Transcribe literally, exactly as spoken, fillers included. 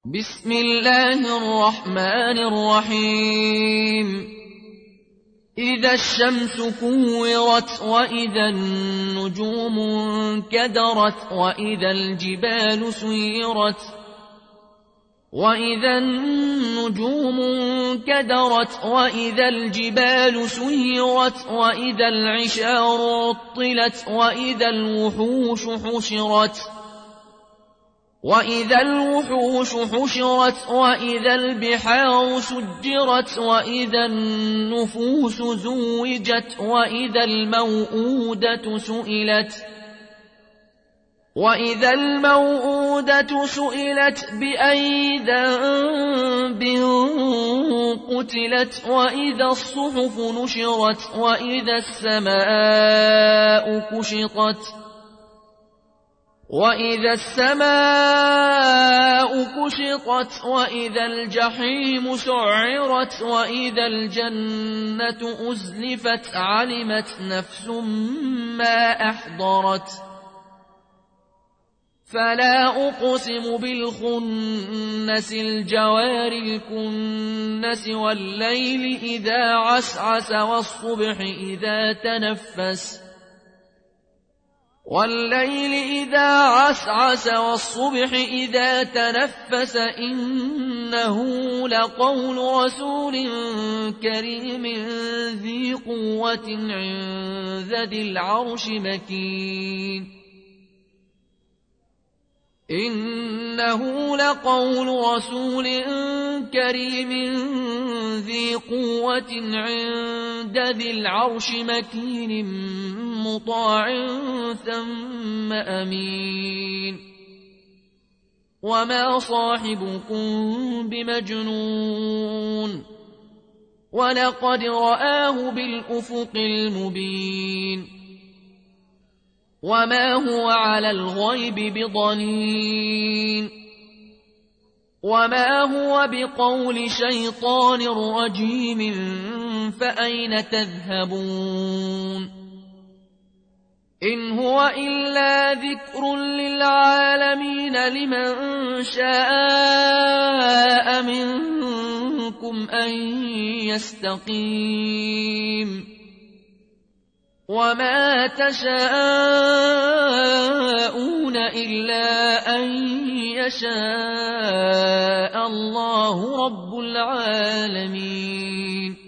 بسم الله الرحمن الرحيم إذا الشمس كورت وإذا النجوم انكدرت وإذا الجبال سيرت وإذا النجوم انكدرت وإذا الجبال سيرت وإذا العشار عطلت وإذا الوحوش حشرت وإذا الوحوش حشرت وإذا البحار سجرت وإذا النفوس زوجت وإذا الموءودة سئلت وإذا الموءودة سئلت بأي ذنب قتلت وإذا الصحف نشرت وإذا السماء كشطت وإذا السماء كشطت وإذا الجحيم سعرت وإذا الجنة أزلفت علمت نفس ما أحضرت فلا أقسم بالخنس الجوار الكنس والليل إذا عسعس والصبح إذا تنفس والليل إذا عسعس والصبح إذا تنفس إنه لقول رسول كريم ذي قوة عند ذي العرش مكين إنه لقول رسول كريم ذي قوة عند ذي العرش مكين مطاع ثم أمين وما صاحبكم بمجنون ولقد رآه بالأفق المبين وما هو على الغيب بضنين وما هو بقول شيطان رجيم فأين تذهبون إن هو إلا ذكر للعالمين لمن شاء منكم أن يستقيم وما تشاءون إلا أن يشاء الله رب العالمين